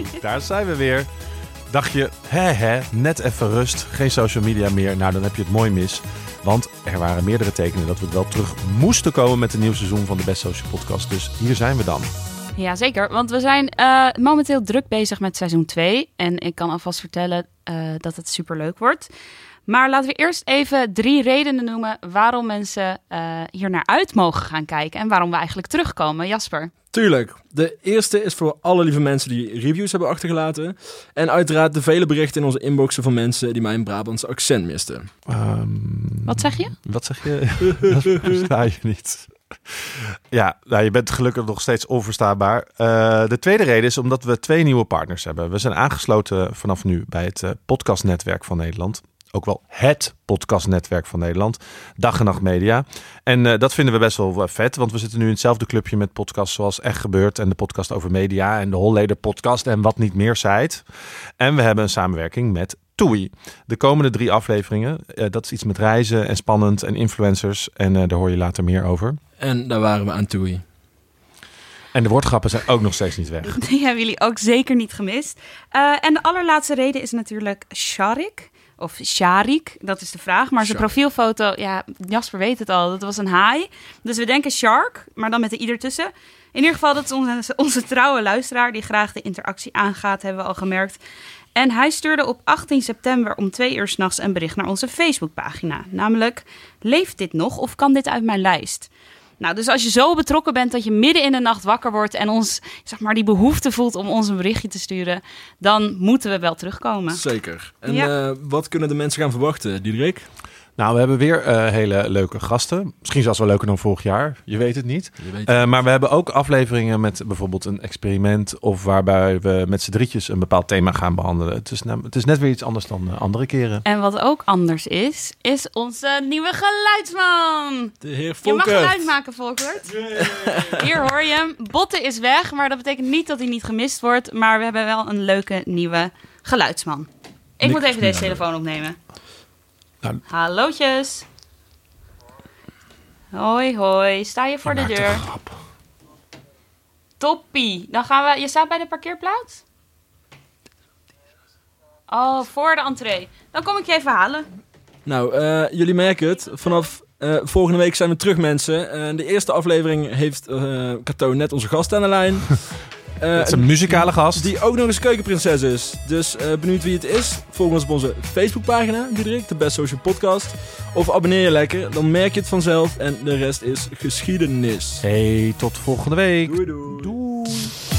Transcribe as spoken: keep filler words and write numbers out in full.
Daar zijn we weer. Dacht je, hè hè, net even rust, geen social media meer. Nou, dan heb je het mooi mis. Want er waren meerdere tekenen dat we wel terug moesten komen met een nieuw seizoen van de Best Social Podcast. Dus hier zijn we dan. Ja, zeker. Want we zijn uh, momenteel druk bezig met seizoen twee. En ik kan alvast vertellen uh, dat het superleuk wordt. Maar laten we eerst even drie redenen noemen waarom mensen uh, hier naar uit mogen gaan kijken. En waarom we eigenlijk terugkomen. Jasper? Tuurlijk. De eerste is voor alle lieve mensen die reviews hebben achtergelaten. En uiteraard de vele berichten in onze inboxen van mensen die mijn Brabantse accent misten. Um, wat zeg je? Wat zeg je? Dat versta je niet. Ja, nou, je bent gelukkig nog steeds onverstaanbaar. Uh, de tweede reden is omdat we twee nieuwe partners hebben. We zijn aangesloten vanaf nu bij het uh, podcastnetwerk van Nederland. Ook wel het podcastnetwerk van Nederland. Dag en Nacht Media. En uh, dat vinden we best wel vet. Want we zitten nu in hetzelfde clubje met podcasts zoals Echt Gebeurd. En de podcast over media. En de Holleder podcast. En wat niet meer zijt. En we hebben een samenwerking met Toei. De komende drie afleveringen. Uh, dat is iets met reizen en spannend en influencers. En uh, daar hoor je later meer over. En daar waren we aan Toei. En de woordgrappen zijn ook nog steeds niet weg. Die hebben jullie ook zeker niet gemist. Uh, en de allerlaatste reden is natuurlijk Sharik. Of Sharik, dat is de vraag. Maar zijn profielfoto, ja, Jasper weet het al, dat was een haai. Dus we denken Shark, maar dan met de i ertussen. In ieder geval, dat is onze, onze trouwe luisteraar die graag de interactie aangaat, hebben we al gemerkt. En hij stuurde op achttien september om twee uur 's nachts een bericht naar onze Facebookpagina. Namelijk, leeft dit nog of kan dit uit mijn lijst? Nou, dus als je zo betrokken bent dat je midden in de nacht wakker wordt en ons, zeg maar, die behoefte voelt om ons een berichtje te sturen, dan moeten we wel terugkomen. Zeker. En ja. uh, wat kunnen de mensen gaan verwachten, Diederik? Nou, we hebben weer uh, hele leuke gasten. Misschien zelfs wel leuker dan vorig jaar. Je weet het niet. Je weet het uh, niet. Maar we hebben ook afleveringen met bijvoorbeeld een experiment of waarbij we met z'n drietjes een bepaald thema gaan behandelen. Het is, het is net weer iets anders dan uh, andere keren. En wat ook anders is, is onze nieuwe geluidsman. De heer Volkert. Je mag geluid maken, Volkert. Hier hoor je hem. Botte is weg, maar dat betekent niet dat hij niet gemist wordt. Maar we hebben wel een leuke nieuwe geluidsman. Ik Niks moet even deze meer. telefoon opnemen. Nou, Hallootjes. Hoi, hoi. Sta je voor je de maakt deur? een grap. Toppie. Dan gaan we... Je staat bij de parkeerplaats? Oh, voor de entree. Dan kom ik je even halen. Nou, uh, jullie merken het. Vanaf uh, volgende week zijn we terug, mensen. Uh, de eerste aflevering heeft uh, Kato net onze gast aan de lijn. Uh, Het is een muzikale gast. Die ook nog eens keukenprinses is. Dus uh, benieuwd wie het is? Volg ons op onze Facebookpagina, Diederik, de Best Social Podcast. Of abonneer je lekker, dan merk je het vanzelf. En de rest is geschiedenis. Hey, tot volgende week. Doei doei. Doei.